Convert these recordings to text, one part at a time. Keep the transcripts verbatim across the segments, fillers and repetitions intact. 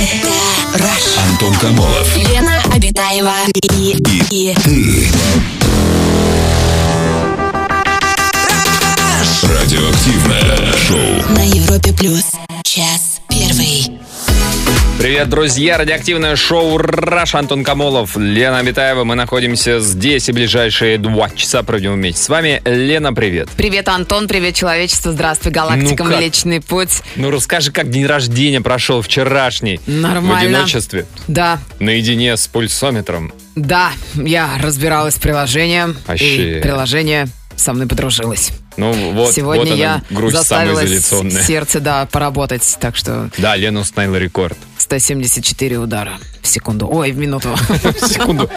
Это Rush. Антон Камолов. Лена Обитаева. И, и, и ты. Радиоактивное шоу на Европе плюс. Час первый. Привет, друзья! Радиоактивное шоу «Раш». Антон Камолов, Лена Обитаева. Мы находимся здесь и ближайшие два часа проведем вместе с вами. Лена, привет. Привет, Антон. Привет, человечество. Здравствуй, галактика, ну Млечный Путь. Ну, расскажи, как день рождения прошел вчерашний. Нормально. В одиночестве. Да. Наедине с пульсометром. Да, я разбиралась с приложением. Вообще. И приложение со мной подружилось. Ну вот, Сегодня вот она, я грусть заставила самоизоляционная. сердце, да, поработать, так что... Да, Лена установила рекорд. сто семьдесят четыре удара в секунду. Ой, в минуту. В секунду.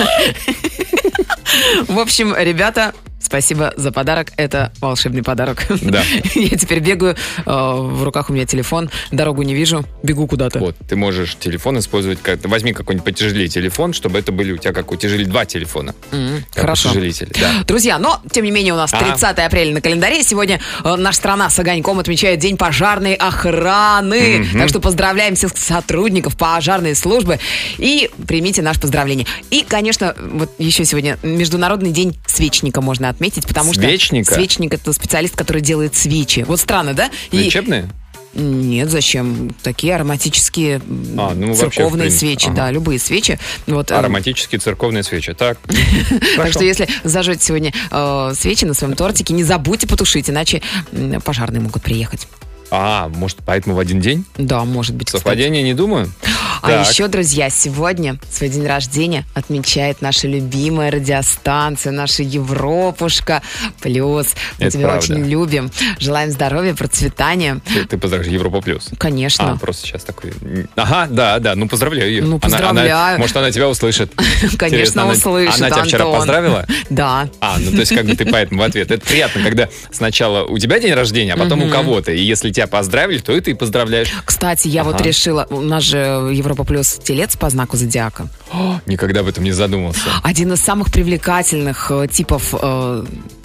В общем, ребята, спасибо за подарок. Это волшебный подарок. Да. Я теперь бегаю, в руках у меня телефон, дорогу не вижу, бегу куда-то. Вот, ты можешь телефон использовать как-то. Возьми какой-нибудь потяжелее телефон, чтобы это были у тебя как утяжелитель, два телефона. Mm-hmm. Как Хорошо. Утяжелитель, да. Друзья, но, тем не менее, у нас тридцатое апреля на календаре. Сегодня э, наша страна с огоньком отмечает День пожарной охраны. Mm-hmm. Так что поздравляем всех сотрудников пожарной службы и примите наше поздравление. И, конечно, вот еще сегодня Международный день свечника можно отметить, потому Свечника? что свечник — это специалист, который делает свечи. Вот странно, да? Лечебные? И... Нет, зачем? Такие ароматические а, ну, церковные вообще, свечи, ага. да, любые свечи. Вот, ароматические церковные свечи, так. Так что если зажжете сегодня э, свечи на своем тортике, не забудьте потушить, иначе э, пожарные могут приехать. А, может, поэтому в один день? Да, может быть. Совпадение, не думаю. А так. еще, друзья, сегодня свой день рождения отмечает наша любимая радиостанция, наша Европушка Плюс. Мы Это тебя правда. очень любим. Желаем здоровья, процветания. Ты, ты поздравляешь Европа Плюс? Конечно. А, просто сейчас такой... Ага, да, да, ну поздравляю ее. Ну, поздравляю. Она, она, может, она тебя услышит. Конечно, она, услышит, Она тебя вчера Антон. поздравила? Да. А, ну то есть как бы ты поэтому в ответ. Это приятно, когда сначала у тебя день рождения, а потом у кого-то. И если тебя поздравили, то и ты поздравляешь. Кстати, я ага. вот решила, у нас же Европа Плюс телец по знаку зодиака. О, никогда об этом не задумался. Один из самых привлекательных э, типов э,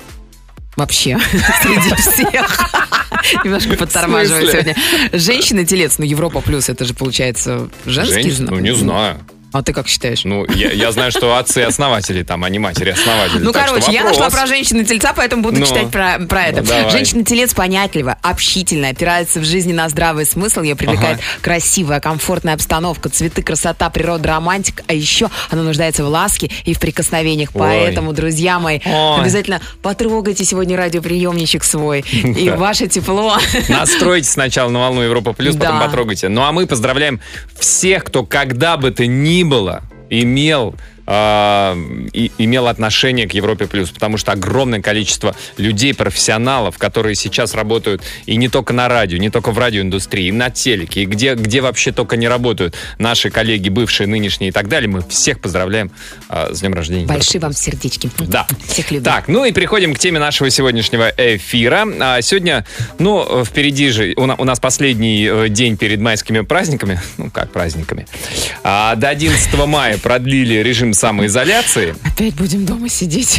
вообще среди всех. Немножко подтормаживаю сегодня. Женщина-телец, ну Европа Плюс, это же получается женский Женщина? знак. Ну не знаю. А ты как считаешь? Ну, я, я знаю, что отцы-основатели там, а не матери-основатели. Ну, так короче, что я нашла про женщину-тельца, поэтому буду ну, читать про, про это. Ну, женщина-телец понятливая, общительная, опирается в жизни на здравый смысл. Ее привлекает ага. красивая, комфортная обстановка, цветы, красота, природа, романтика. А еще она нуждается в ласке и в прикосновениях. Ой. Поэтому, друзья мои, Ой. обязательно потрогайте сегодня радиоприемничек свой. И ваше тепло. Настройте сначала на волну Европа Плюс, потом потрогайте. Ну, а мы поздравляем всех, кто когда бы то ни было имел э, и, имел отношение к Европе Плюс, потому что огромное количество людей, профессионалов, которые сейчас работают и не только на радио, не только в радиоиндустрии, и на телеке, и где, где вообще только не работают наши коллеги, бывшие, нынешние и так далее. Мы всех поздравляем э, с днем рождения. Большие вам сердечки. Да. Всех любим. Так, ну и переходим к теме нашего сегодняшнего эфира. А сегодня, ну, впереди же у, на, у нас последний день перед майскими праздниками. Ну, как праздниками. А, до одиннадцатого мая продлили режим самоизоляции. Опять будем дома сидеть.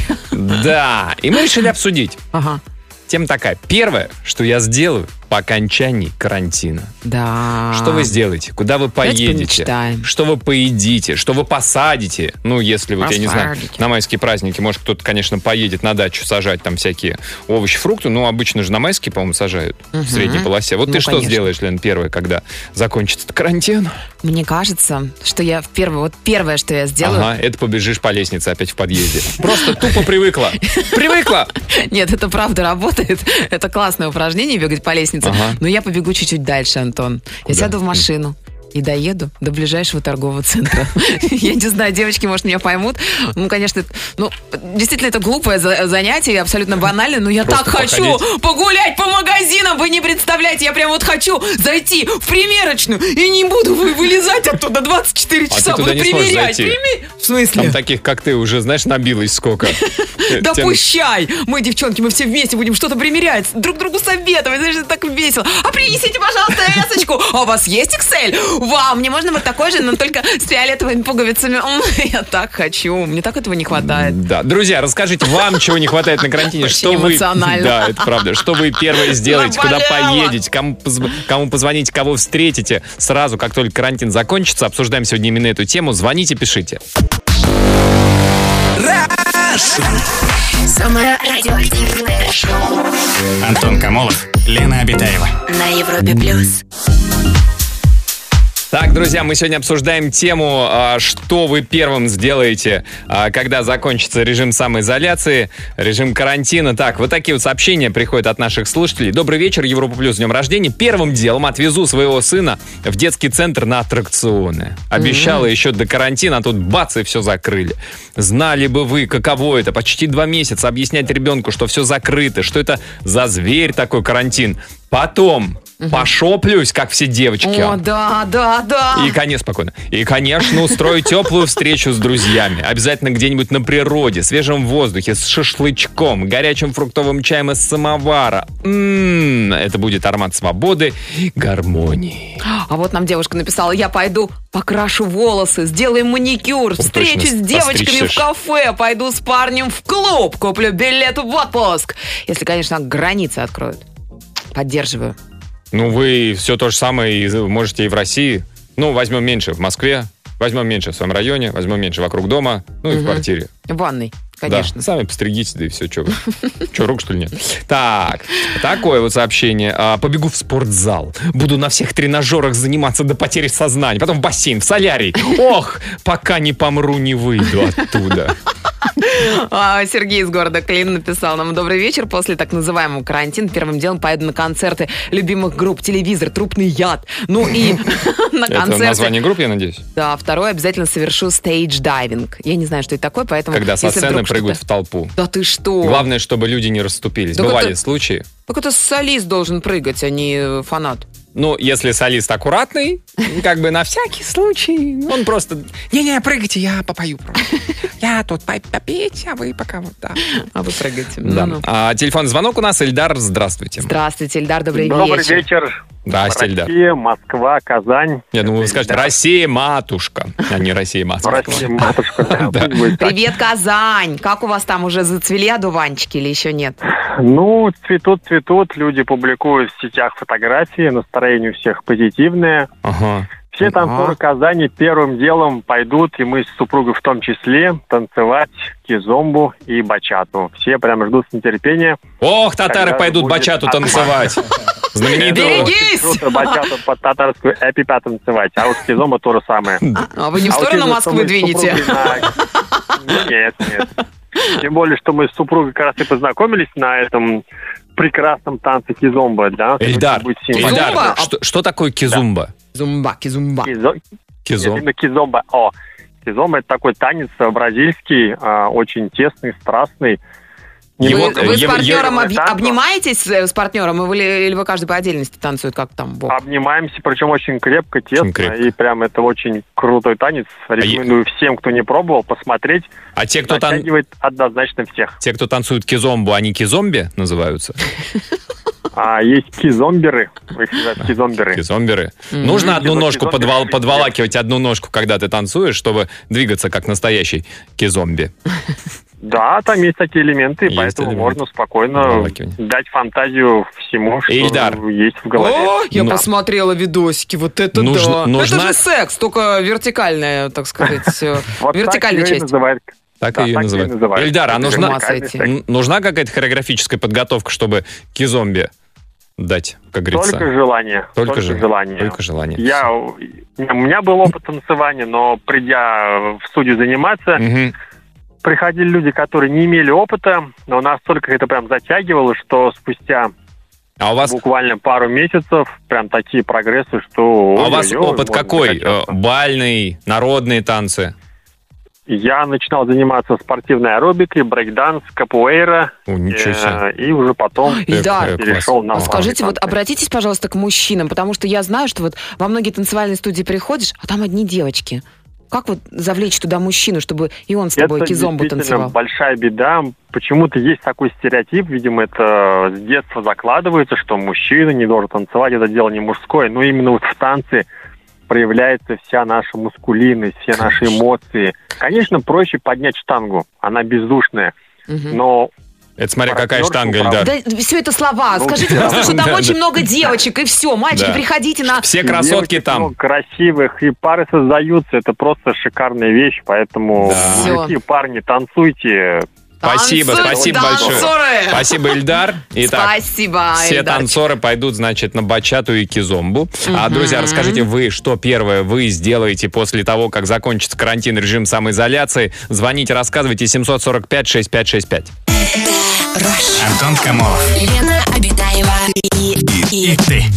Да, и мы решили обсудить. Ага. Тема такая. Первое, что я сделаю по окончании карантина. Да. Что вы сделаете? Куда вы поедете? Что вы поедите? Что вы посадите? Ну, если вот, я не знаю, на майские праздники, может, кто-то, конечно, поедет на дачу сажать там всякие овощи, фрукты. Ну, обычно же на майские, по-моему, сажают угу. в средней полосе. Вот ну, ты что конечно. сделаешь, Лен, первое, когда закончится карантин? Мне кажется, что я в первое, вот первое, что я сделаю... Ага, это побежишь по лестнице опять в подъезде. Просто тупо привыкла. Привыкла! Нет, это правда работает. Это классное упражнение, бегать по лестнице. Ага. Но я побегу чуть-чуть дальше, Антон. Куда? Я сяду в машину и доеду до ближайшего торгового центра. Я не знаю, девочки, может, меня поймут. Ну, конечно, ну, действительно, это глупое занятие, абсолютно банальное, но я так хочу погулять по магазинам, вы не представляете, я прям вот хочу зайти в примерочную и не буду вылезать оттуда двадцать четыре часа, буду примерять. В смысле? Там таких, как ты, уже, знаешь, набилось сколько. Да пущай! Мы, девчонки, мы все вместе будем что-то примерять, друг другу советовать, знаешь, это так весело. А принесите, пожалуйста, эсочку. А у вас есть икс эль? Вау, мне можно вот такой же, но только с фиолетовыми пуговицами. Я так хочу. Мне так этого не хватает. Да, друзья, расскажите, вам чего не хватает на карантине? Что вы... эмоционально. Да, это правда. Что вы первое сделаете, куда поедете, кому, позв... кому позвоните, кого встретите сразу, как только карантин закончится. Обсуждаем сегодня именно эту тему. Звоните, пишите. Самое радиоактивное шоу Антон Камолов, Лена Обитаева. на Европе плюс. Так, друзья, мы сегодня обсуждаем тему, что вы первым сделаете, когда закончится режим самоизоляции, режим карантина. Так, вот такие вот сообщения приходят от наших слушателей. Добрый вечер, Европа Плюс, с днем рождения. Первым делом отвезу своего сына в детский центр на аттракционы. Обещала mm-hmm. еще до карантина, а тут бац, и все закрыли. Знали бы вы, каково это, почти два месяца объяснять ребенку, что все закрыто, что это за зверь такой карантин. Потом... Угу. Пошоплюсь, как все девочки. О, да, да, да. И, конечно, спокойно. И, конечно, устрою теплую встречу с друзьями. Обязательно где-нибудь на природе, свежем воздухе, с шашлычком, горячим фруктовым чаем из самовара. М-м, это будет аромат свободы и гармонии. А вот нам девушка написала: я пойду покрашу волосы, сделаю маникюр, О, встречусь точно, с девочками постричься. в кафе, пойду с парнем в клуб, куплю билет в отпуск. Если, конечно, границы откроют. Поддерживаю. Ну, вы все то же самое и можете и в России. Ну, возьмем меньше в Москве, возьмем меньше в своем районе, возьмем меньше вокруг дома, ну и угу. в квартире. В ванной, конечно. Да, сами постригите, да и все. Че, че, рук, что ли, нет? Так, такое вот сообщение. Побегу в спортзал. Буду на всех тренажерах заниматься до потери сознания. Потом в бассейн, в солярий. Ох, пока не помру, не выйду оттуда. Сергей из города Клин написал нам: добрый вечер. После так называемого карантина первым делом поеду на концерты любимых групп «Телевизор», «Трупный яд». Ну и на концерты... Это название групп, я надеюсь? Да, второе, обязательно совершу стейдж-дайвинг. Я не знаю, что это такое, поэтому... Когда со сцены прыгают в толпу. Да ты что? Главное, чтобы люди не расступились. Так Бывали это... случаи. Так это солист должен прыгать, а не фанат. Ну, если солист аккуратный, как бы на всякий случай, он просто... Не-не, прыгайте, я попою просто. Я тут попеть, а вы пока вот, да. А вы прыгаете. Да. Ну-ну. А, телефонный звонок у нас. Ильдар, здравствуйте. Здравствуйте, Ильдар, добрый, добрый вечер. вечер. Добрый вечер. Здрасте, Ильдар. Россия, Москва, Казань. Я думаю, вы скажете «Россия, матушка», а не «Россия-матушка». Россия, матушка, да. Привет, Казань! Как у вас там, уже зацвели одуванчики или еще нет? Ну, цветут, цветут. Люди публикуют в сетях фотографии. Настроение у всех позитивное. Ага. Все танцоры ага. Казани первым делом пойдут, и мы с супругой в том числе, танцевать кизомбу и бачату. Все прям ждут с нетерпением. Ох, татары пойдут бачату танцевать. Знаменитую. Берегись! Бачату под татарскую эпипа танцевать. А вот кизомба то же самое. А вы не в сторону Москвы двинете? Нет, нет. Тем более, что мы с супругой как раз и познакомились на этом прекрасном танце кизомба. Да? Эльдар, Эльдар, что, что такое кизумба? Зумба, кизумба. Кизо... Кизом. Именно кизомба. О, кизомба — это такой танец бразильский, а, очень тесный, страстный. Его, вы вы с его, партнером его, об, обнимаетесь с партнером, или, или вы каждый по отдельности танцует, как там бог? Обнимаемся, причем очень крепко, тесно, очень крепко. И прям это очень крутой танец. Рекомендую а всем, кто не пробовал, посмотреть. А те, кто затягивает тан... однозначно всех. Те, кто танцует кизомбу, они кизомби называются? А есть кизомберы. Их называют кизомберы. Кизомберы. Mm-hmm. Нужно одну ножку подвал, подволакивать, одну ножку, когда ты танцуешь, чтобы двигаться как настоящий кизомби. Да, там есть такие элементы, есть поэтому элементы. Можно спокойно дать фантазию всему, что Ильдар. Есть в голове. О, я ну, посмотрела видосики, вот это нужно, да. Нужна... Это же секс, только вертикальная, так сказать, вертикальная часть. Так да, ее так называют. называют. Ильдар, а нужна, нужна какая-то хореографическая подготовка, чтобы кизомби дать, как говорится? Только желание. Только, только же, желание. Только желание. Я, у меня был опыт танцевания, но придя в студию заниматься, угу. приходили люди, которые не имели опыта, но настолько это прям затягивало, что спустя а у вас... буквально пару месяцев прям такие прогрессы, что... А у вас опыт какой? Бальный, народные танцы? Я начинал заниматься спортивной аэробикой, брейк-данс, капуэйра. О, ничего себе. И уже потом да. перешел на... Скажите, вот обратитесь, пожалуйста, к мужчинам, потому что я знаю, что вот во многие танцевальные студии приходишь, а там одни девочки. Как вот завлечь туда мужчину, чтобы и он с тобой это кизомбу танцевал? Это большая беда. Почему-то есть такой стереотип, видимо, это с детства закладывается, что мужчина не должен танцевать, это дело не мужское. Но именно вот в танце проявляется вся наша мускулинность, все наши эмоции. Конечно, проще поднять штангу, она бездушная, но... Это смотря какая штанга, Эльдар. Да, все это слова. Скажите просто, что там очень много девочек, и все. Мальчики, приходите на... Все красотки там. Красивых, и пары создаются. Это просто шикарная вещь, поэтому такие парни, танцуйте. Спасибо, Танцуй, спасибо танцоры. большое. Спасибо, Эльдар. Итак, Спасибо, все Эльдарчик. танцоры пойдут, значит, на бачату и кизомбу. А, друзья, расскажите вы, что первое вы сделаете после того, как закончится карантин, режим самоизоляции. Звоните, рассказывайте. семь сорок пять шестьдесят пять шестьдесят пять. Антон Камолов. Лена Обитаева и, и, И ты.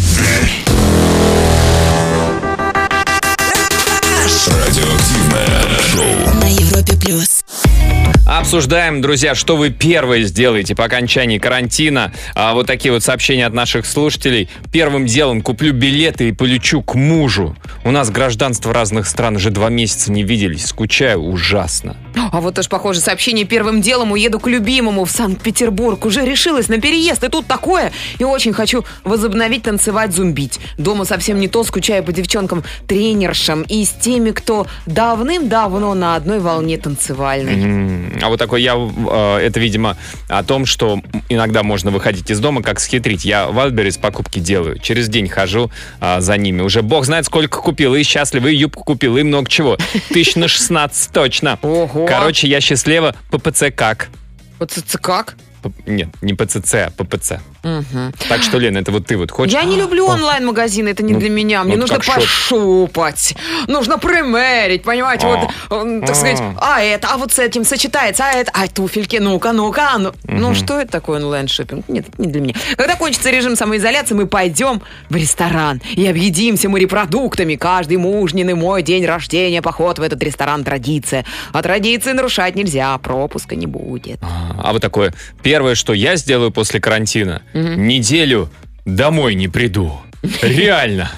Радиоактивное шоу. на Европе плюс. Обсуждаем, друзья, что вы первое сделаете по окончании карантина. А, вот такие вот сообщения от наших слушателей. Первым делом куплю билеты и полечу к мужу. У нас гражданство разных стран, уже два месяца не виделись. Скучаю ужасно. А вот тоже похоже сообщение. Первым делом уеду к любимому в Санкт-Петербург. Уже решилась на переезд, и тут такое. И очень хочу возобновить танцевать, зумбить. Дома совсем не то, скучаю по девчонкам-тренершам и с теми, кто давным-давно на одной волне танцевальной. Mm-hmm. А вот такой я, э, это, видимо, о том, что иногда можно выходить из дома, как схитрить. Я в Wildberries покупки делаю. Через день хожу э, за ними. Уже бог знает, сколько купил. И счастлив, и юбку купил, и много чего. Тысяч на шестнадцать точно. Ого. Короче, я счастлива. ППЦ как? ПЦЦ как? П- Нет, не ПЦЦ, а ППЦ. Угу. Так что, Лена, это вот ты вот хочешь? Я не люблю онлайн-магазины, это не Ну, для меня. Мне ну, нужно как шоп. пощупать, нужно примерить, понимаете, А. вот, м, так сказать, а это, а вот с этим сочетается, а это, а туфельки, ну-ка, ну-ка, ну, ну что это такое онлайн-шоппинг? Нет, это не для меня. Когда кончится режим самоизоляции, мы пойдем в ресторан и объедимся морепродуктами. Каждый мужнин и мой день рождения, поход в этот ресторан — традиция. А традиции нарушать нельзя, пропуска не будет. А вот такое. Первое, что я сделаю после карантина, неделю домой не приду. Реально.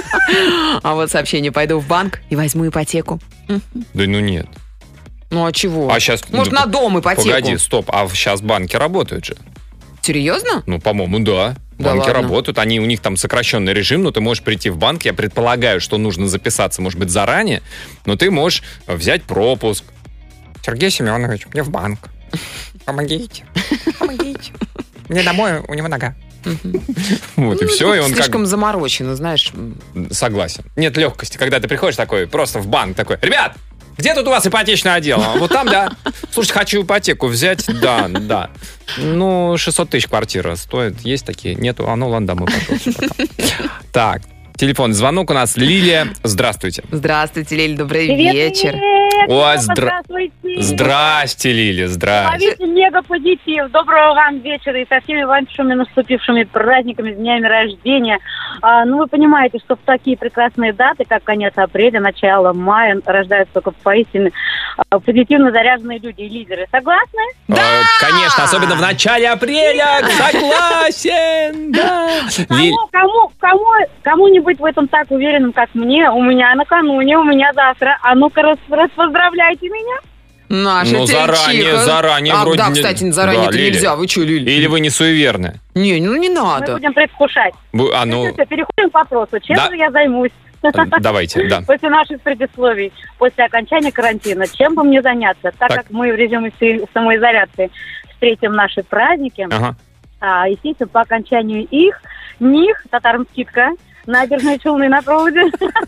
А вот сообщение: пойду в банк и возьму ипотеку. Да ну нет. Ну а чего? А сейчас... Может, ну, на дом ипотеку? Погоди, стоп. А сейчас банки работают же. Серьезно? Ну, по-моему, да. Да Банки ладно? работают, они, у них там сокращенный режим, но ты можешь прийти в банк, я предполагаю, что нужно записаться, может быть, заранее, но ты можешь взять пропуск. Сергей Семенович, мне в банк. Помогите. Помогите. Мне домой, у него нога. Вот, и все, и он как... Слишком заморочено, знаешь. Согласен. Нет легкости, когда ты приходишь такой, просто в банк такой: ребят, где тут у вас ипотечное отдел? А вот там, да. Слушайте, хочу ипотеку взять. Да, да. Ну, шестьсот тысяч квартира стоит. Есть такие? Нету? А ну ладно, домой пошел. Всё, пока. Так, телефонный звонок у нас. Лилия, здравствуйте. Здравствуйте, Лиль, добрый Привет, вечер. привет. Ой, здра- Здравствуйте. Здрасте, Лилия, здрасте. Ловите мега-позитив. Доброго вам вечера и со всеми вашими наступившими праздниками, днями рождения. А, ну, вы понимаете, что в такие прекрасные даты, как конец апреля, начало мая, рождаются только поистине а, позитивно заряженные люди и лидеры. Согласны? Да! Конечно, особенно в начале апреля. Согласен, да. Лиль, Кому, кому, кому, кому-нибудь в этом так уверенным, как мне? У меня накануне, у меня завтра. А ну-ка, раз, раз поздравляйте меня. Наша Ну, заранее, тельчиха. заранее А, вроде да, не- кстати, заранее Да, это Лиля. нельзя. Вы что, Лиль? или вы не суеверны? Не, ну не Мы надо. будем предвкушать. Бу- А ну, Все, переходим к вопросу. Чем Да. же я займусь? давайте, да. После наших предисловий, после окончания карантина, чем бы мне заняться? Так, Так. как мы в режиме си- самоизоляции встретим наши праздники, Ага. а, естественно, по окончанию их, них, Татармскидка, набережные Челны на проводе,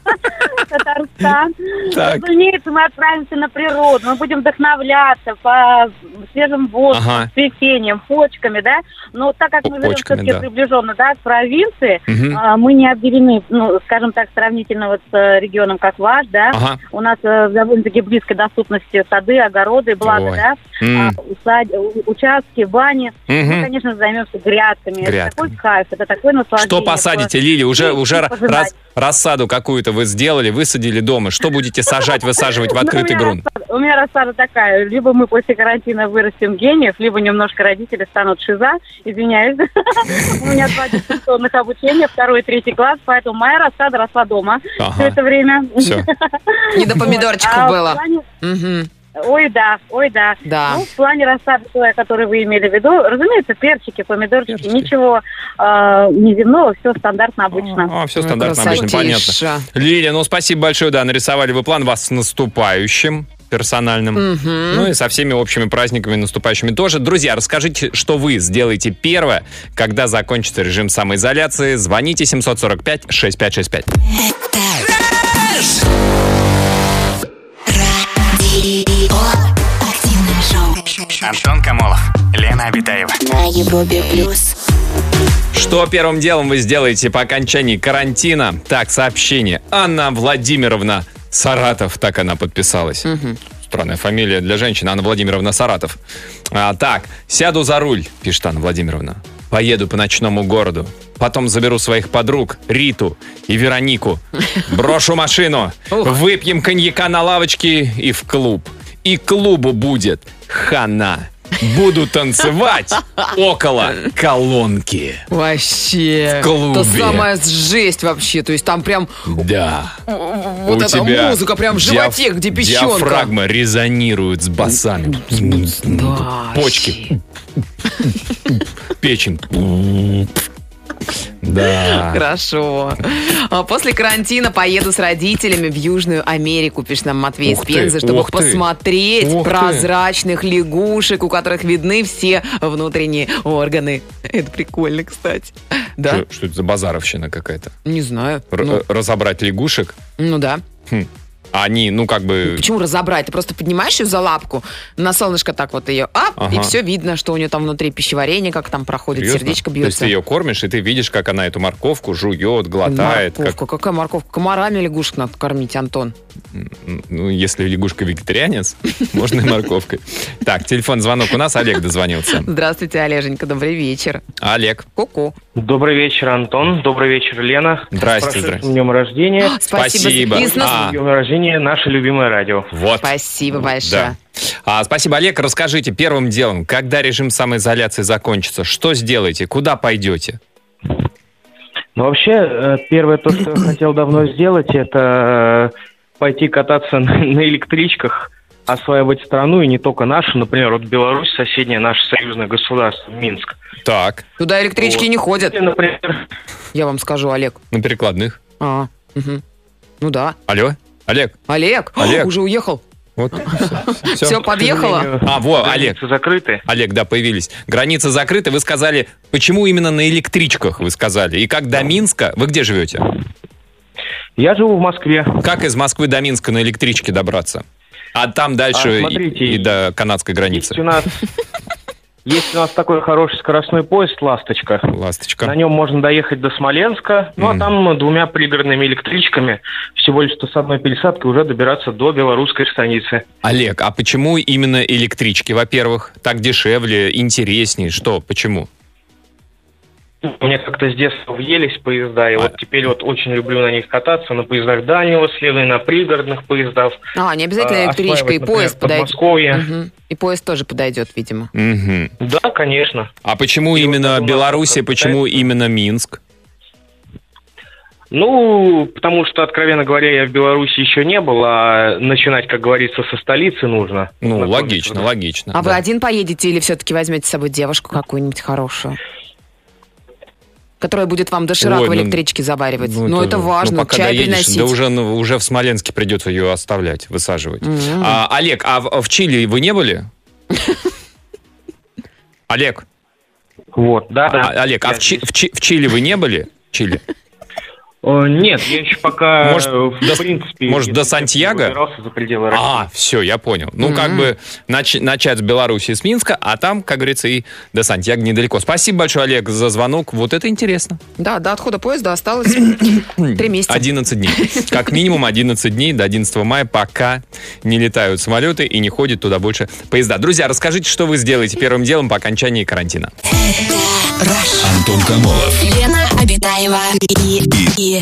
Татарстан. Так. Разумеется, мы отправимся на природу, мы будем вдохновляться по свежим воздухом, Ага. цветением, почками, да. Но так как мы живем Почками, все-таки да. приближенно, да, к провинции, Мгм. а, мы не обделены, ну, скажем так, сравнительно вот с э, регионом, как ваш, да. Ага. У нас э, в довольно-таки близкой доступности сады, огороды, благо, Ой. да, М. а, усад- у- участки, бани. Мгм. Мы, конечно, займемся грядками. Это Грядками. такой кайф, это такое наслаждение. Что посадите, Лили? Уже, И- уже и ра- пожинать. рас- рассаду какую-то вы сделали, высадили дома. Что будете сажать, высаживать в Ну, открытый у меня грунт? рассада- У меня рассада такая. Либо мы после карантина вырастим гениев, либо немножко родители станут шиза. Извиняюсь. У меня два дистанционных обучения, второй и третий класс, поэтому моя рассада росла дома Ага. все это время. Всё. Не до помидорчиков А в было. плане- Мгм. Ой, да, ой, да. Да. Ну, в плане рассады соя, который вы имели в виду, разумеется, перчики, помидорчики, Перчики. ничего э, неземного, все стандартно, обычно. А, все Ой, стандартно, обычно, красотища. понятно. Лилия, ну спасибо большое, да, нарисовали вы план, вас с наступающим персональным. Ну и со всеми общими праздниками наступающими тоже. Друзья, расскажите, что вы сделаете первое, когда закончится режим самоизоляции. Звоните семь сорок пять шесть пять шесть пять. Радио. Активное шоу. Антон Камолов, Лена Обитаева. На Европе плюс. Что первым делом вы сделаете по окончании карантина? Так, сообщение. Анна Владимировна Саратов, так она подписалась. Угу. Странная фамилия для женщины. Анна Владимировна Саратов. А, так, сяду за руль, пишет Анна Владимировна. Поеду по ночному городу. Потом заберу своих подруг, Риту и Веронику. Брошу машину. Выпьем коньяка на лавочке и в клуб. И клубу будет хана. Буду танцевать около колонки. Вообще. В клубе. Это самая жесть вообще. То есть там прям Да. вот У эта тебя музыка прям в диаф- животе, где песченка. Диафрагма резонирует с басами. Да, Почки. Печень. Да. Хорошо. А После карантина поеду с родителями в Южную Америку, пишет нам Матвей из Ух ты, Пензы, чтобы ух ты. посмотреть Ух ты. прозрачных лягушек, у которых видны все внутренние органы. Это прикольно, кстати. Да? Что, что это за базаровщина какая-то? Не знаю. Р- Ну, разобрать лягушек? ну да. Хм. А они, ну, как бы... Почему разобрать? Ты просто поднимаешь ее за лапку, на солнышко так вот ее, ап, Ага. и все видно, что у нее там внутри пищеварение, как там проходит, Серьезно? сердечко То есть бьется. ты ее кормишь, и ты видишь, как она эту морковку жует, глотает. Морковка, Как... какая морковка? Комарами лягушек надо кормить, Антон. Ну, если лягушка вегетарианец, можно и морковкой. Так, телефон, звонок у нас. Олег дозвонился. Здравствуйте, Олеженька, добрый вечер. Олег. Ку-ку. Добрый вечер, Антон. Добрый вечер, Лена. Здрасте, С прошедшим здрасте. днем рождения. Спасибо. И с нас- А, С днем рождения наше любимое радио. вот. Спасибо Да. большое. А, спасибо, Олег. Расскажите первым делом, когда режим самоизоляции закончится, что сделаете, куда пойдете? Ну, вообще, э, первое то, что я хотел давно сделать, это э, пойти кататься на на электричках, осваивать страну, и не только нашу. Например, вот Беларусь, соседнее наше союзное государство, Минск. Так, Туда электрички Вот. не ходят, Или, например, я вам скажу, Олег. на перекладных. А, мгм. Ну да. Алло, Олег. Олег, Олег. О, уже уехал. Вот. Все, Все. подъехало? к сожалению, А, во, Олег. границы закрыты. Олег, да, появились. Границы закрыты. Вы сказали, почему именно на электричках, вы сказали. И как до Минска? Вы где живете? Я живу в Москве. Как из Москвы до Минска на электричке добраться? А там дальше А, и- смотрите, и, до канадской границы. Есть у нас, есть у нас такой хороший скоростной поезд «Ласточка». Ласточка. На нем можно доехать до Смоленска, ну Мгм. а там двумя пригородными электричками всего лишь что с одной пересадкой уже добираться до белорусской станицы. Олег, а почему именно электрички, во-первых? Так дешевле, интереснее. Что, почему? Мне как-то с детства въелись поезда, и А- вот теперь вот очень люблю на них кататься, на поездах дальнего следа, и на пригородных поездах. А, не обязательно А, электричка, и осваивать, например, поезд подойдет. Подмосковье. Мгм. И поезд тоже подойдет, видимо. Мгм. Да, конечно. А почему И вот именно это у нас Белоруссия, как-то почему пытается- именно Минск? Ну, потому что, откровенно говоря, я в Беларуси еще не был, а начинать, как говорится, со столицы нужно. Ну, Знакомиться, логично, да. логично. А вы да. один поедете или все-таки возьмете с собой девушку какую-нибудь хорошую? Которая будет вам доширак Ой, в ну, электричке заваривать. Ну, это, ну, важно. пока Чай доедешь, приносить. да уже, ну, уже в Смоленске придется ее оставлять, высаживать. М. А, Олег, а в, в Чили вы не были? Олег, Вот, да, да. а, Олег, а Я в, Чи- здесь. в Чи- в Чили вы не были? Чили? О, нет, я еще пока, Может, э, в до- принципе... может, если до честно, Сантьяго? не выбирался за пределы России. А, все, я понял. Ну, как Мгм. бы нач- начать с Беларуси, с Минска, а там, как говорится, и до Сантьяго недалеко. Спасибо большое, Олег, за звонок. Вот это интересно. Да, до отхода поезда осталось три месяца. одиннадцать дней. Как минимум одиннадцать дней до одиннадцатого мая, пока не летают самолеты и не ходят туда больше поезда. Друзья, расскажите, что вы сделаете первым делом по окончании карантина. Антон Камолов. Лена Обитаева и, и,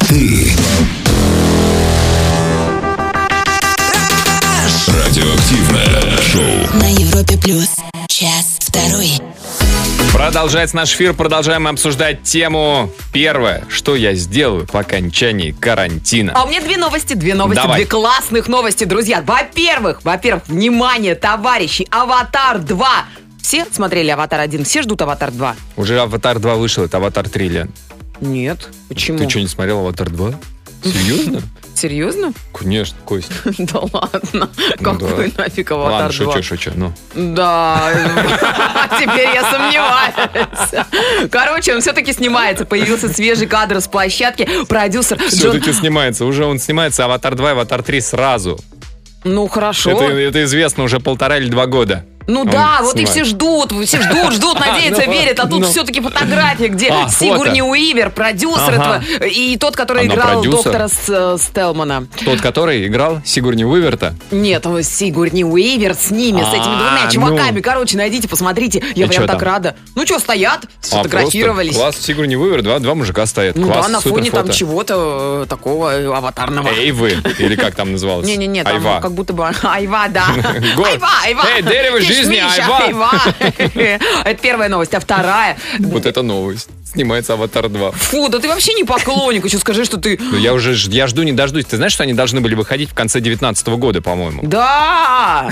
Радиоактивное шоу. на Европе плюс. Час второй. Продолжается наш эфир, продолжаем обсуждать тему первое, что я сделаю по окончании карантина. А у меня две новости, две новости, Давай. две классных новости, друзья. Во-первых, во-первых, внимание, товарищи, «Аватар два». Все смотрели «Аватар один», все ждут «Аватар два». Уже «Аватар два» вышел, это «Аватар три», Лен. Нет, почему? Ты что, не смотрел «Аватар два»? Серьезно? Серьезно? Конечно, Кость. Да ладно. Какой нафиг «Аватар Ладно, два»? шучу, шучу, ну. Да, теперь я сомневаюсь. Короче, он все-таки снимается. Появился свежий кадр с площадки. Продюсер Джон... Все-таки снимается. Уже он снимается «Аватар два» и «Аватар три» сразу. Ну, хорошо. Это, это известно уже полтора или два года. Ну Он да, вот снимает. и все ждут, все ждут, ждут, надеются, Ну, верят. А тут ну. все-таки фотография, где А, Сигурни фото. Уивер, продюсер Ага. этого, и тот, который Она играл продюсер? доктора С- э, Стелмана. Тот, который играл Сигурни Уиверта. Нет, он Сигурни Уивер с ними, с этими двумя А, чуваками. ну. Короче, найдите, посмотрите. Я И прям чё так там? рада. Ну что, стоят, сфотографировались. А, просто класс Сигурни Уивер, два, два мужика стоят. Ну Класс, да, на супер фоне там фото. чего-то э, такого э, аватарного. Эйвы, или как там называлось? Не-не-не, там Айва. как будто бы айва, да. Го- Айва, айва. Эй, дерево Кишмиш, жизни, айва. Это первая новость. А вторая... Вот это новость. Снимается «Аватар два». Фу, да ты вообще не поклонник. Еще скажи, что ты... Ну, я уже ж- я жду, не дождусь. Ты знаешь, что они должны были выходить в конце девятнадцатого года, по-моему? Да!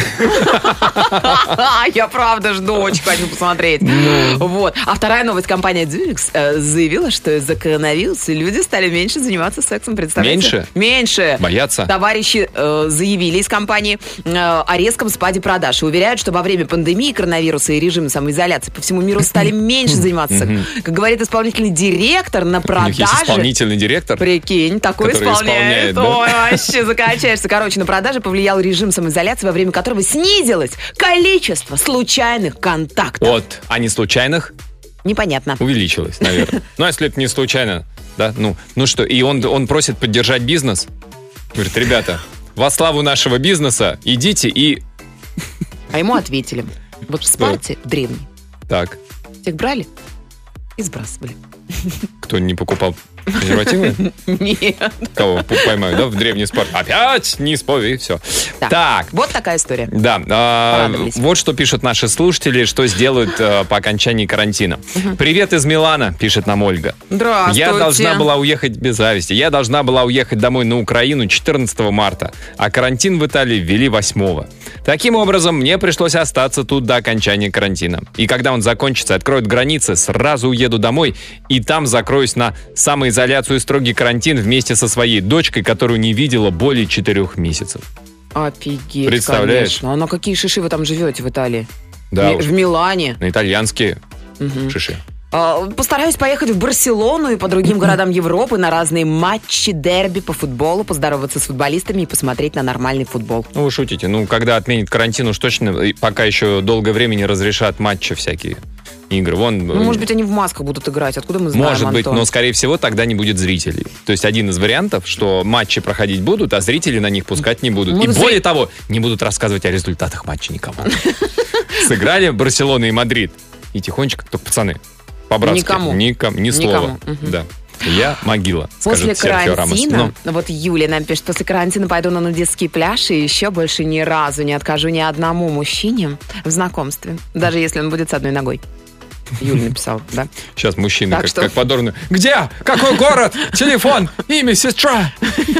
Я правда жду, очень хочу посмотреть. Вот. А вторая новость. Компания Durex э, заявила, что из-за коронавируса люди стали меньше заниматься сексом. Представляете? Меньше? Меньше. Боятся? Товарищи э, заявили из компании э, о резком спаде продаж и уверяют, что во время пандемии коронавируса и режима самоизоляции по всему миру стали меньше заниматься сексом. Как говорит исполнительный директор на У них есть продаже... исполнительный директор. Прикинь, такой Который исполняет. исполняет, да? Ой, вообще закачаешься. Короче, на продаже повлиял режим самоизоляции, во время которого снизилось количество случайных контактов. Вот, а не случайных Непонятно. увеличилось, наверное. Ну, а если это не случайно, да? Ну, ну что, и он, он просит поддержать бизнес. Говорит, ребята, во славу нашего бизнеса идите и... А ему ответили. Вот в Спарте древний. Так, Всех брали и сбрасывали. кто не покупал презервативы? Нет. Кого поймают, да, в древний спорт? Опять не спой, и все. Да. Так, Вот такая история. да, а, Порадовались. вот что пишут наши слушатели, что сделают а, по окончании карантина. Привет из Милана, пишет нам Ольга. Здравствуйте. Я должна была уехать без зависти. Я должна была уехать домой на Украину четырнадцатого марта, а карантин в Италии ввели восьмого. Таким образом, мне пришлось остаться тут до окончания карантина. И когда он закончится, откроют границы, сразу уеду домой и там закроюсь на самоизоляцию и строгий карантин вместе со своей дочкой, которую не видела более четырех месяцев. Офигеть, Представляешь? конечно. А на какие шиши вы там живете в Италии? Да, Ми- уж. В Милане. На итальянские Мгм. шиши. А, Постараюсь поехать в Барселону и по другим городам Европы на разные матчи, дерби по футболу, поздороваться с футболистами и посмотреть на нормальный футбол. Ну, вы шутите. Ну, когда отменят карантин, уж точно, и пока еще долгое время не разрешат матчи всякие игры. Вон, Ну, может быть, они в масках будут играть. Откуда мы знаем, Может быть, Антон? но, скорее всего, тогда не будет зрителей. То есть один из вариантов, что матчи проходить будут, а зрители на них пускать не будут. Ну, И зри- более того, не будут рассказывать о результатах матча никому. Сыграли Барселона и Мадрид. И тихонечко, только пацаны, по-братски. Никому. Никому. Ни слова. Никому. Мгм. Да. Я могила, После скажет Серхио Рамос. карантина, Ну, вот Юлия нам пишет, после карантина пойду на нудистский пляж и еще больше ни разу не откажу ни одному мужчине в знакомстве, даже если он будет с одной ногой. Юля написала, да? сейчас мужчины Так как, что- как подорваны. Где? Какой город? Телефон? Имя, сестра?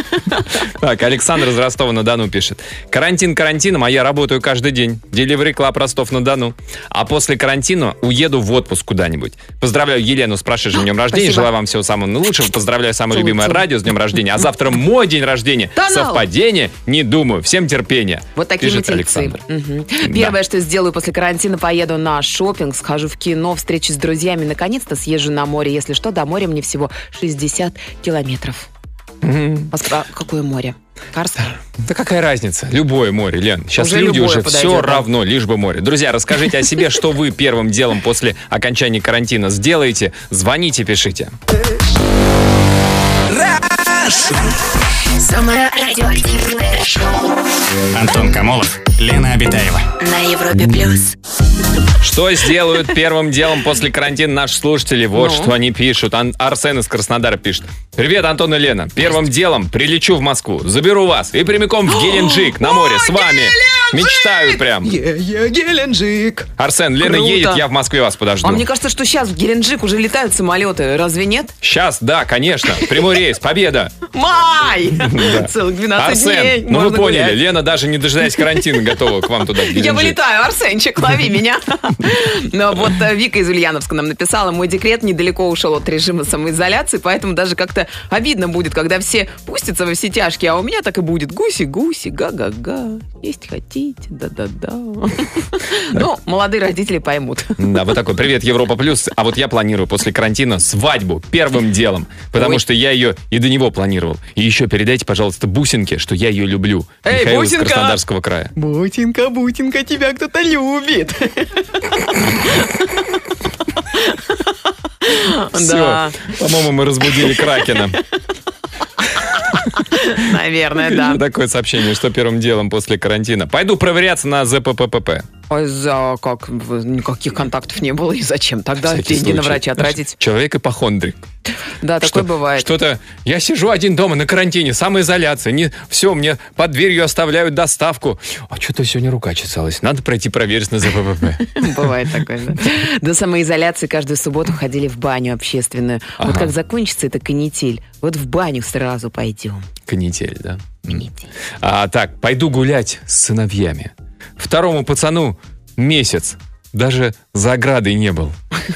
Так, Александр из Ростова-на-Дону пишет. Карантин карантином, а я работаю каждый день. Delivery Club Ростов-на-Дону. А после карантина уеду в отпуск куда-нибудь. Поздравляю Елену с прошедшим днем рождения. Спасибо. Желаю вам всего самого наилучшего. Поздравляю самое Целую, любимое целую. радио с днем рождения. А завтра мой день рождения. Да ну! Совпадение? Не думаю. Всем терпения. Вот такие пишет мы тельцы. Александр. Мгм. Первое, что сделаю после карантина, поеду на шопинг, схожу в кино, встречусь с друзьями, наконец-то съезжу на море. Если что, до моря мне всего шестьдесят километров. А ск- а какое море? Карское? Да какая разница? Любое море, Лен. Сейчас Уже люди любое уже подойдет, все да. равно, лишь бы море. Друзья, расскажите о себе, что вы первым делом после окончания карантина сделаете. Звоните, пишите. Самое радиоактивное шоу Антон Камолов, Лена Обитаева. на Европе плюс. Что сделают первым делом после карантина наши слушатели? Вот Ну? что они пишут. Ан- Арсен из Краснодара пишет. Привет, Антон и Лена. Первым делом прилечу в Москву, заберу вас и прямиком в Геленджик на море с вами. Мечтаю прям. Е-е, Геленджик. Арсен, Лена Круто. едет, я в Москве вас подожду. А мне кажется, что сейчас в Геленджик уже летают самолеты, разве нет? Сейчас, да, конечно. Прямой рейс, победа. Май! Целых двенадцать дней. Арсен, ну вы можно поняли, гулять. Лена даже не дожидаясь карантина готова к вам туда в Я Геленджик. вылетаю, Арсенчик, лови меня. Но вот э, Вика из Ульяновска нам написала: мой декрет недалеко ушел от режима самоизоляции, поэтому даже как-то обидно будет, когда все пустятся во все тяжкие, а у меня так и будет: гуси-гуси, га-га-га, есть хотите, да-да-да. Ну, молодые родители поймут. Да, вот такой привет, Европа Плюс. А вот я планирую после карантина свадьбу первым делом, потому Ой. что я ее и до него планировал. И еще передайте, пожалуйста, Бусинке, что я ее люблю. Эй, Михаил из Бусинка! Краснодарского края. Бутинка, Бутинка, тебя кто-то любит. Да, Все, по-моему, мы разбудили Кракена. наверное, да. Такое сообщение, что первым делом после карантина. Пойду проверяться на ЗПППП. Ой, за как? Никаких контактов не было, и зачем тогда Всякий деньги на случай. врача тратить? Человек ипохондрик. Да, такое бывает. Что-то я сижу один дома на карантине, самоизоляция. Не, все, мне под дверью оставляют доставку. А что-то сегодня рука чесалась. Надо пройти проверить на ЗППП. Бывает такое, да. До самоизоляции каждую субботу ходили в баню общественную. Вот Ага. как закончится эта канитель, вот в баню сразу пойдем. Канитель, да? Канитель. А, так, пойду гулять с сыновьями. Второму пацану месяц. Даже за оградой не был.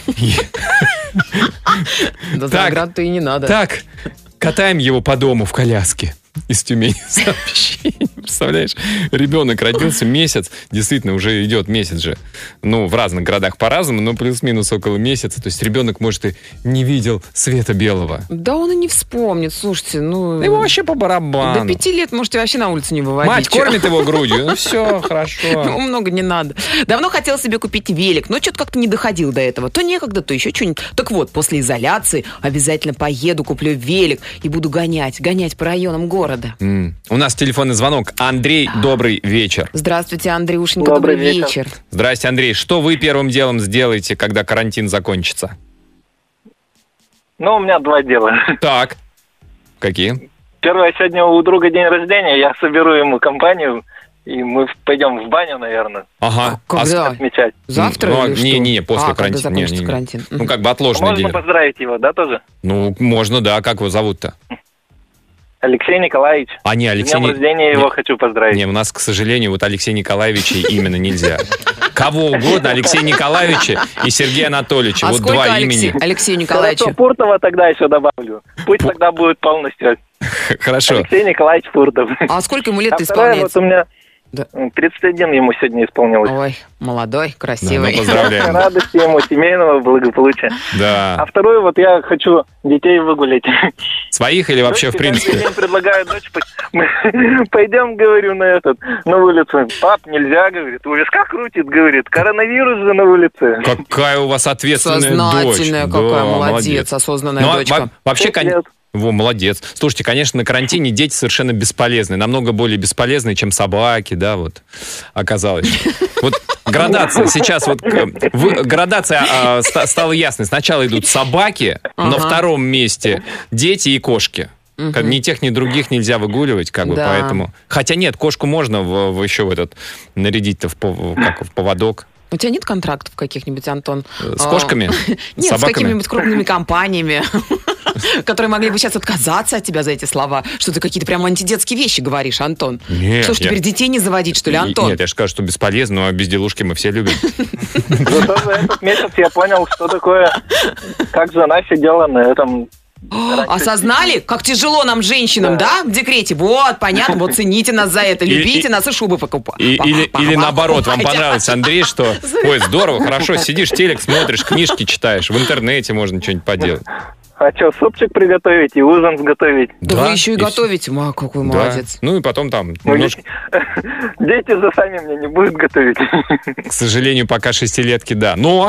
Да за Так. ограду-то и не надо. Так, катаем его по дому в коляске. Из Тюмени сообщение. Представляешь, ребенок родился месяц, действительно, уже идет месяц же. Ну, в разных городах по-разному, но плюс-минус около месяца. То есть ребенок, может, и не видел света белого. Да он и не вспомнит, слушайте, ну... Его вообще по барабану. До пяти лет можете вообще на улицу не выводить. Мать Чё? кормит его грудью, ну все, Ну, хорошо. много не надо. Давно хотела себе купить велик, но что-то как-то не доходил до этого. То некогда, то еще что-нибудь. Так вот, после изоляции обязательно поеду, куплю велик и буду гонять, гонять по районам города. М. У нас телефонный звонок. Андрей, добрый вечер. Здравствуйте, Андрюшенька, Добрый добрый, вечер. вечер. Здрасте, Андрей. Что вы первым делом сделаете, когда карантин закончится? Ну, у меня два дела. Так. Какие? Первое, сегодня у друга день рождения, я соберу ему компанию, и мы пойдем в баню, наверное, Ага. Когда? отмечать. Завтра Ну, или что? не, не, не, после а, карантина. когда закончится Не, не, не. карантин. Ну, Мгм. как бы отложенный Можно день. поздравить его, да, тоже? Ну, можно, да. Как его зовут-то? Алексей Николаевич. А, не, С Алексей... днем не- рождения его не- хочу поздравить. Не, у нас, к сожалению, вот Алексея Николаевича именно нельзя. Кого угодно, Алексея Николаевича и Сергея Анатольевича. А Вот сколько два Алексей, имени. Алексею Хорошо, Николаевичу? Пуртова тогда еще добавлю. Пусть тогда будет полностью. Хорошо. Алексей Николаевич Пуртов. А сколько ему лет А второе, вот исполняется? у меня Да. тридцать один ему сегодня исполнилось. Ой, молодой, Да, красивый. ну, поздравляем. Радости ему, семейного благополучия. А Да. второе, вот я хочу детей выгулять. Своих или вообще, в Дочке каждый принципе? день предлагаю, дочь, пой- мы пойдем, говорю, на этот, на улицу. Пап, нельзя, говорит, у виска крутит, говорит, коронавирус же на улице. Какая у вас ответственная Сознательная дочь. какая, Да, молодец, осознанная Ну, а дочка. во- вообще, Пять кон- лет. Во, молодец. Слушайте, конечно, на карантине дети совершенно бесполезны. Намного более бесполезны, чем собаки, да, вот, оказалось. Вот градация. Сейчас вот э, вы- градация а, ста- стала ясной. Сначала идут собаки, на Ага. втором месте дети и кошки. Как ни тех, ни других нельзя выгуливать, как бы, Да. поэтому... Хотя нет, кошку можно в, в еще в этот нарядить-то в, пов- как, в поводок. У тебя нет контрактов каких-нибудь, Антон? С А, кошками? Нет, С с собаками? какими-нибудь крупными компаниями, которые могли бы сейчас отказаться от тебя за эти слова. Что ты какие-то прям антидетские вещи говоришь, Антон. Нет, Что ж, я- теперь детей не заводить, что ли, Антон? Нет, я же скажу, что бесполезно, но безделушки мы все любим. Зато за этот месяц я понял, что такое, как жена сидела на этом... Осознали, как тяжело нам, женщинам, да, в декрете? Вот, понятно, вот цените нас за это, И- любите и- нас и шубы покупайте. И- или, или наоборот, вам понравилось, Андрей, что ой, здорово, хорошо, сидишь, телек смотришь, книжки читаешь, в интернете можно что-нибудь поделать. А что, супчик приготовить и ужин сготовить? Да, вы еще и вс- готовите, ма, какой Да. молодец. Ну и потом там Ну, немножко, Дети же сами мне не будут готовить. к сожалению, пока шестилетки, да. Но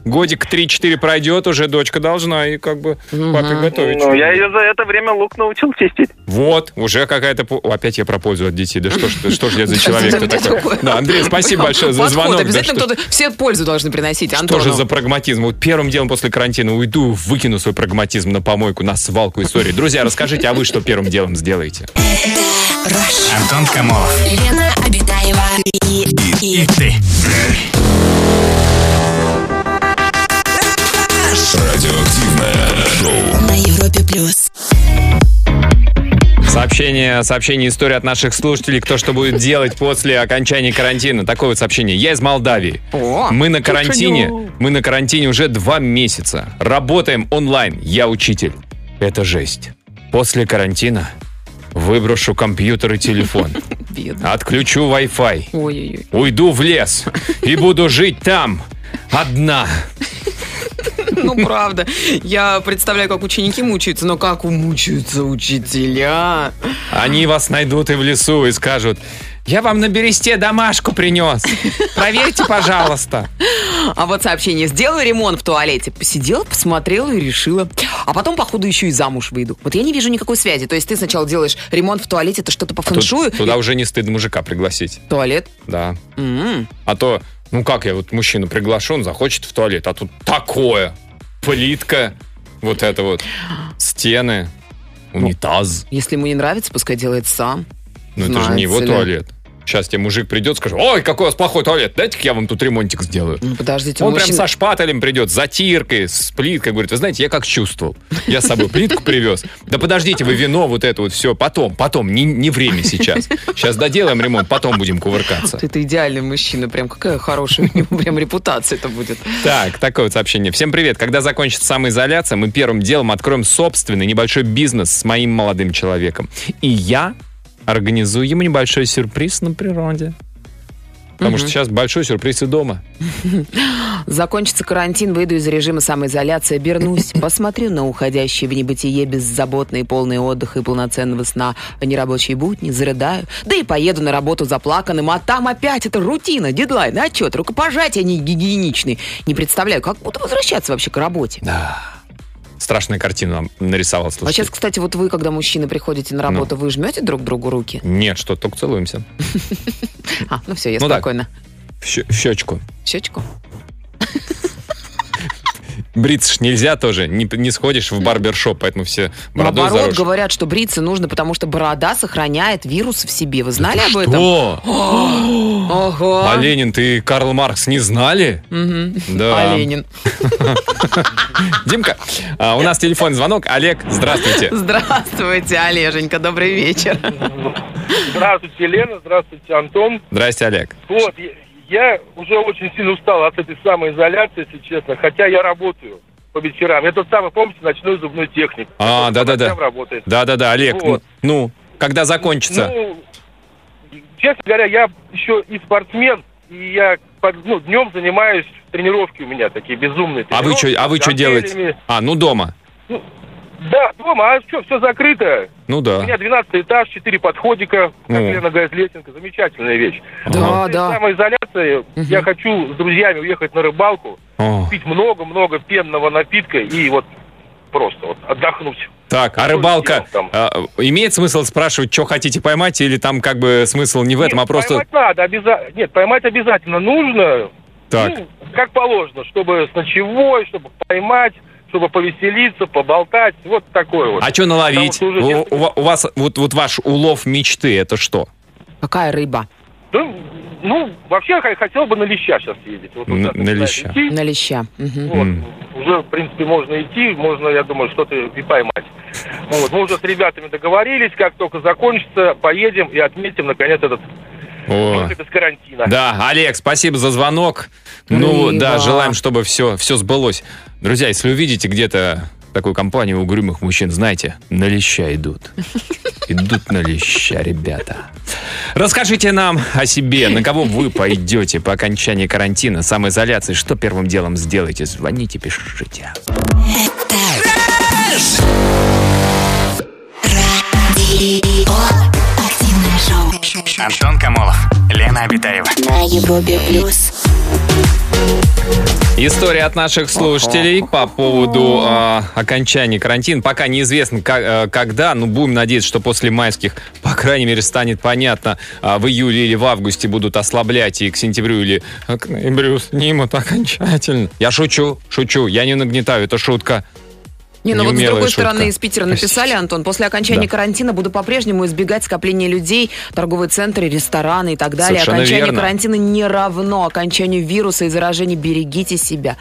годик три-четыре пройдет, уже дочка должна и как бы угу. папе готовить. Ну, я ее за это время лук научил чистить. Вот, уже какая-то... Опять я про пользу от детей. Да что ж, что ж я за человек-то такой? Да, Андрей, спасибо большое за звонок. Обязательно кто-то все пользу должны приносить, Антону. Что же за прагматизм? Вот первым делом после карантина уйду, выкину свой прагматизм на помойку, на свалку истории. Друзья, расскажите, а вы что первым делом сделаете? Антон Камолов. Лена Обитаева. И, и, и ты. Радиоактивное шоу на Европе плюс. Сообщение, сообщение, история от наших слушателей, кто что будет делать после окончания карантина. Такое вот сообщение. Я из Молдавии. О, мы на карантине, мы на карантине уже два месяца. Работаем онлайн. Я учитель. Это жесть. После карантина выброшу компьютер и телефон. Бедно. Отключу Wi-Fi. Ой-ой-ой. Уйду в лес и буду жить там одна. Ну, правда. Я представляю, как ученики мучаются, но как мучаются учителя. Они вас найдут и в лесу и скажут: я вам на бересте домашку принес. Проверьте, пожалуйста. А вот сообщение. Сделала ремонт в туалете. Посидела, посмотрела и решила. А потом, походу, еще и замуж выйду. Вот я не вижу никакой связи. То есть ты сначала делаешь ремонт в туалете, это что-то по фэншую. Тут, туда и... уже не стыдно мужика пригласить. Туалет? Да. Mm-hmm. А то, ну как я вот мужчину приглашу, он захочет в туалет, а тут такое. Плитка, вот это вот, стены, унитаз. Ну, если ему не нравится, пускай делает сам. Ну это же не его ли. туалет. Сейчас тебе мужик придет, скажет: ой, какой у вас плохой туалет, дайте-ка я вам тут ремонтик сделаю. Ну, подождите, он мужчина... прям со шпателем придет, с затиркой, с плиткой. Говорит: вы знаете, я как чувствовал. Я с собой плитку привез. Да подождите, вы вино, вот это вот все, потом, потом, не, не время сейчас. Сейчас доделаем ремонт, потом будем кувыркаться. Это идеальный мужчина, прям какая хорошая у него прям репутация это будет. Так, такое вот сообщение. Всем привет. Когда закончится самоизоляция, мы первым делом откроем собственный небольшой бизнес с моим молодым человеком. И я организую ему небольшой сюрприз на природе. Потому что сейчас большой сюрприз и дома. Закончится карантин, выйду из режима самоизоляции, обернусь, посмотрю на уходящее в небытие беззаботное, полное отдыха и полноценного сна нерабочие будни, зарыдаю, да и поеду на работу заплаканным, а там опять это рутина, дедлайн, отчет, рукопожатие не гигиеничный. Не представляю, как буду возвращаться вообще к работе. Да. Страшная картина нам нарисовал, слушайте. А сейчас, кстати, вот вы, когда мужчины приходите на работу, ну. вы жмете друг другу руки? Нет, что, только целуемся. А, ну все, я спокойно. В щечку. В щечку? Бриться ж нельзя тоже, не, не сходишь в барбершоп, поэтому все бородой заросшие. Наоборот, говорят, что бриться нужно, потому что борода сохраняет вирус в себе. Вы знали об этом? Что? Ого! А Ленин, ты Карл Маркс не знали? Угу. Да. А Ленин? Димка, а, у нас телефонный звонок. Олег, здравствуйте. Здравствуйте, Олеженька, добрый вечер. Здравствуйте, Лена, здравствуйте, Антон. Здрасте, Олег. Вот, я уже очень сильно устал от этой самоизоляции, если честно, хотя я работаю по вечерам. Я тот самый, помните, ночной зубной техник. А, да-да-да. Да-да-да, Олег, вот. ну, когда закончится? Ну, честно говоря, я еще и спортсмен, и я ну, днем занимаюсь, тренировки у меня такие безумные. А вы что, а вы что делаете? А, ну дома. Ну, да, дома, а что, все закрыто. Ну да. У меня двенадцатый этаж, четыре подходика, как ну. Лена говорит, лесенка, замечательная вещь. Да, да. Самоизоляция, угу. Я хочу с друзьями уехать на рыбалку, О. пить много-много пенного напитка и вот просто вот отдохнуть. Так, а рыбалка, а, имеет смысл спрашивать, что хотите поймать, или там как бы смысл не в этом, Нет, а просто... поймать надо, обязательно. Нет, поймать обязательно нужно, так. Ну, как положено, чтобы с ночевой, чтобы поймать, чтобы повеселиться, поболтать, вот такое вот. А что наловить? Уже... У, у, у вас вот, вот ваш улов мечты, это что? Какая рыба? Ну, ну вообще я хотел бы на леща сейчас ездить. Вот, на, вот, на леща. Идти. На леща. Угу. Вот. Mm. Уже, в принципе, можно идти, можно, я думаю, что-то и поймать. Вот. Мы уже с ребятами договорились, как только закончится, поедем и отметим, наконец, этот выход из карантина. Да, Олег, спасибо за звонок. Ну, Рыба. да, желаем, чтобы все, все сбылось. Друзья, если увидите где-то такую компанию угрюмых мужчин, знаете, на леща идут. Идут на леща, ребята. Расскажите нам о себе, на кого вы пойдете по окончании карантина, самоизоляции, что первым делом сделаете. Звоните, пишите. Антон Камолов, Лена Обитаева. На Европе плюс. История от наших слушателей по поводу э, окончания карантина. Пока неизвестно, как, э, когда, но будем надеяться, что после майских, по крайней мере, станет понятно, э, в июле или в августе будут ослаблять, и к сентябрю или к ноябрю снимут окончательно. Я шучу, шучу, я не нагнетаю, это шутка. Не, ну вот с другой шутка. стороны из Питера написали, Антон, после окончания Да. карантина буду по-прежнему избегать скопления людей, торговые центры, рестораны и так далее. Совершенно Окончание верно. карантина не равно окончанию вируса и заражений. Берегите себя.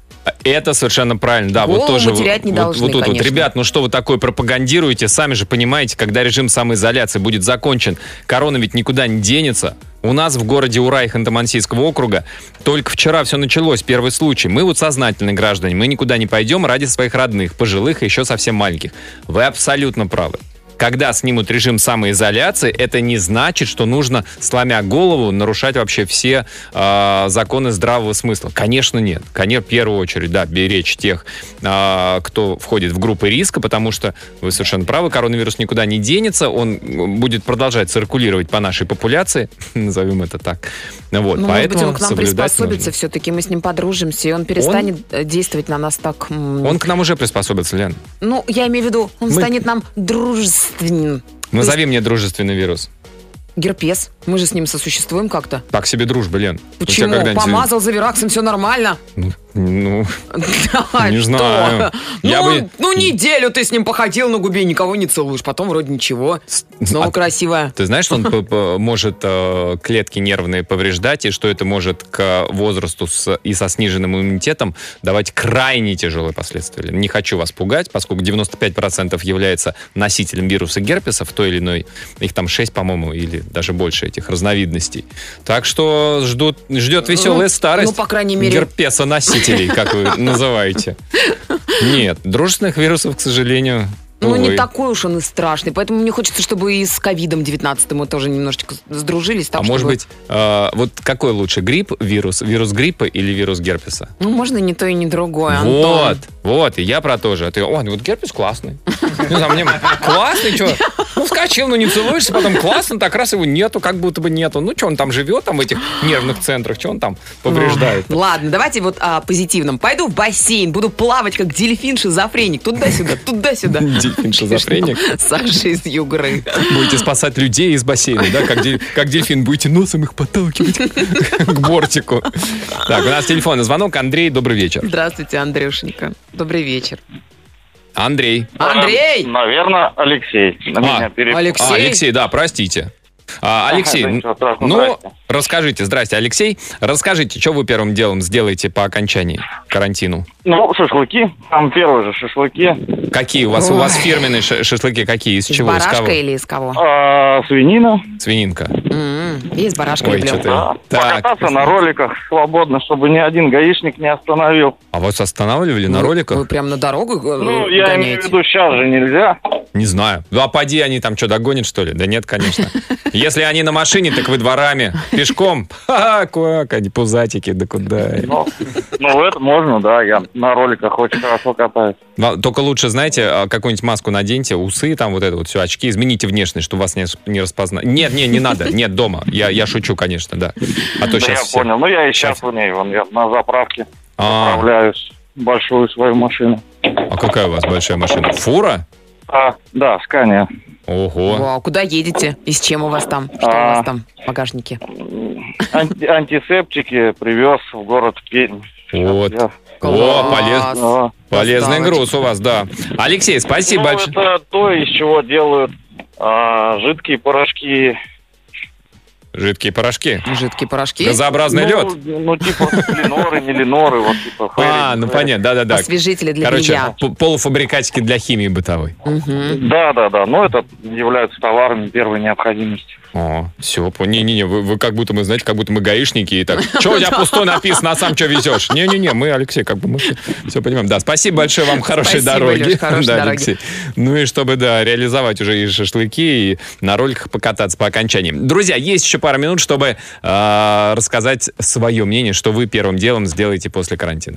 Это совершенно правильно, да. Голову вот тоже мы терять не вот, должны, вот тут вот, конечно. ребят, ну что вы такое пропагандируете? Сами же понимаете, когда режим самоизоляции будет закончен, корона ведь никуда не денется. У нас в городе Урай Ханты-Мансийского округа только вчера все началось, первый случай. Мы вот сознательные граждане, мы никуда не пойдем ради своих родных, пожилых и еще совсем маленьких. Вы абсолютно правы. Когда снимут режим самоизоляции, это не значит, что нужно, сломя голову, нарушать вообще все э, законы здравого смысла. Конечно, нет. Конечно, в первую очередь, да, беречь тех, э, кто входит в группы риска, потому что, вы совершенно правы, коронавирус никуда не денется, он будет продолжать циркулировать по нашей популяции, назовем это так. Вот, Ну, может быть, он к нам приспособится нужно. все-таки, мы с ним подружимся, и он перестанет он... действовать на нас так... Он к нам уже приспособится, Лен. Ну, я имею в виду, он Мы... станет нам дружественным. Назови есть... мне дружественный вирус. Герпес. Мы же с ним сосуществуем как-то. Так себе дружба, Лен. Почему? Помазал Завираксом, все нормально. Ну, ну да, не что? знаю. Ну, Я бы... ну, неделю ты с ним походил на губе, никого не целуешь. Потом вроде ничего. Снова а, красивая. Ты знаешь, что он может э, клетки нервные повреждать, и что это может к возрасту с, и со сниженным иммунитетом давать крайне тяжелые последствия. Не хочу вас пугать, поскольку девяносто пять процентов является носителем вируса герпеса в той или иной, их там шесть, по-моему, или даже больше этих разновидностей. Так что ждут, ждет веселая старость. Ну, по крайней мере... Герпесоносителей, как вы называете. Нет, дружественных вирусов, к сожалению... Ну, увы. не такой уж он и страшный. Поэтому мне хочется, чтобы и с ковидом девятнадцатым мы тоже немножечко сдружились. Так, а чтобы... может быть, э, вот какой лучше, грипп, вирус, вирус гриппа или вирус герпеса? Ну, можно не то и не другое, Вот, Антон. вот, и я про то же. А ты, ой, ну вот герпес классный. Не знаю, мне классный, что? Ну, вскочил, ну не целуешься, потом классно, так раз его нету, как будто бы нету. Ну, что он там живет, там в этих нервных центрах, что он там повреждает? Ладно, давайте вот о позитивном. Пойду в бассейн, буду плавать, как дельфин-шизофреник. Туда-сюда, туда-сюда. Дельфин-шизофреник? Саша из Югры. Будете спасать людей из бассейна, да? Как, дель, как дельфин, будете носом их подталкивать к бортику. Так, у нас телефонный звонок. Андрей, добрый вечер. Здравствуйте, Андрюшенька. Добрый вечер. Андрей. Андрей! Наверное, Алексей. На а, меня переп... Алексей? А, Алексей, да, простите. А, Алексей, Ага, да, ну, здрасте. расскажите, здрасте, Алексей, расскажите, что вы первым делом сделаете по окончании карантину? Ну, шашлыки. Там первые же шашлыки. Какие у вас? Ой. У вас фирменные ш- шашлыки какие? Из Из чего? Из барашка кого? или из кого? А, свинина. Свининка. М-м, Есть барашка, Ой, люблю. что-то- Да. Так. Покататься на роликах свободно, чтобы ни один гаишник не остановил. А вас останавливали на Вы- роликах? Вы прям на дорогу э, Ну, я имею в гоняете? виду, сейчас же нельзя. Не знаю. Ну, а поди они там что, догонят, что ли? Да нет, конечно. Если они на машине, так вы дворами. Пешком. Ха-ха, как они пузатики, да куда? Ну, ну, это можно, да. Я на роликах очень хорошо катаюсь. Но только лучше, знаете, а, какую-нибудь маску наденьте, усы, там вот это вот все, очки, измените внешность, чтобы вас не, не распознали. Нет, нет, не надо, нет, дома. Я, я шучу, конечно, да. А то Да, сейчас я все. понял. Ну, я и Сейчас. сейчас в ней. Вон, я на заправке А, заправляюсь большую свою машину. а какая у вас большая машина? Фура? А, да, Скания. Ого. Вау, куда едете? И с чем у вас там? Что у А. вас там в багажнике? Анти- антисептики привез в город Пермь. Вот. Я- О, полез- Да. полезный Доставочка. груз у вас, да. Алексей, спасибо Ну, большое. это то, из чего делают а, жидкие порошки. Жидкие порошки. Жидкие порошки? Газообразный ну, лед. Ну, типа леноры, не леноры, вот типа. А, фейри, ну фейри. понятно, да-да-да. Освежители для Короче, белья. п- полуфабрикатики для химии бытовой. Мгм. Да, да, да. Но это являются товарами первой необходимости. О, все, не-не-не, вы, вы как будто мы, знаете, как будто мы гаишники и так. Что у тебя пустой написано, а сам что везешь? Не-не-не, мы, Алексей, как бы мы все понимаем. Да, спасибо большое вам, хорошей Спасибо, дороги. Лёш, хорошей Да, дороги. Алексей. Ну и чтобы, да, реализовать уже и шашлыки, и на роликах покататься по окончании. Друзья, есть еще пара минут, чтобы э, рассказать свое мнение, что вы первым делом сделаете после карантина.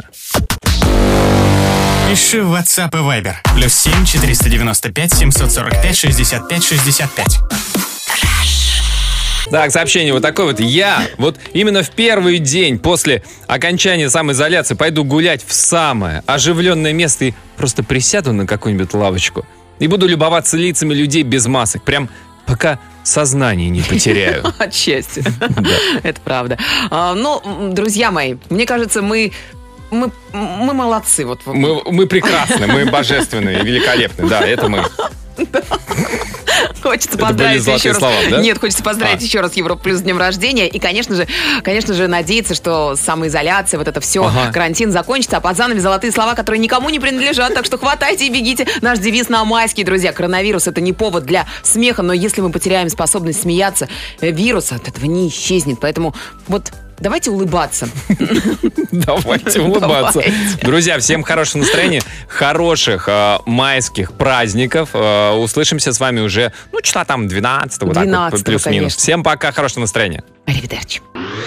Пиши в WhatsApp и Viber. Плюс семь четыреста девяносто пять семьсот сорок пять шестьдесят пять шестьдесят пять. Так, сообщение вот такое вот. Я вот именно в первый день после окончания самоизоляции пойду гулять в самое оживленное место и просто присяду на какую-нибудь лавочку и буду любоваться лицами людей без масок. Прям пока сознание не потеряю. От счастья. Это правда. Ну, друзья мои, мне кажется, мы... Мы, мы молодцы. Вот. Мы, мы прекрасны, мы божественные, великолепны. Да, это мы. Хочется поздравить еще раз. Слова, да? Нет, хочется поздравить а. еще раз Европу Плюс с днем рождения. И, конечно же, конечно же, надеяться, что самоизоляция, вот это все, ага. карантин закончится, а под занавес золотые слова, которые никому не принадлежат. Так что хватайте и бегите. Наш девиз на майские, друзья. Коронавирус — это не повод для смеха, но если мы потеряем способность смеяться, вирус от этого не исчезнет. Поэтому вот... Давайте улыбаться. Давайте улыбаться. Давайте. Друзья, всем хорошего настроения, хороших э, майских праздников. Э, услышимся с вами уже, ну, числа там двенадцатого, двенадцатого так вот, плюс-минус. Всем пока, хорошего настроения. Аривидерчи.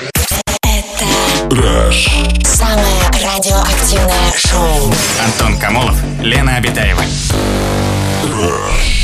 Это самое радиоактивное шоу. Антон Камолов, Лена Обитаева.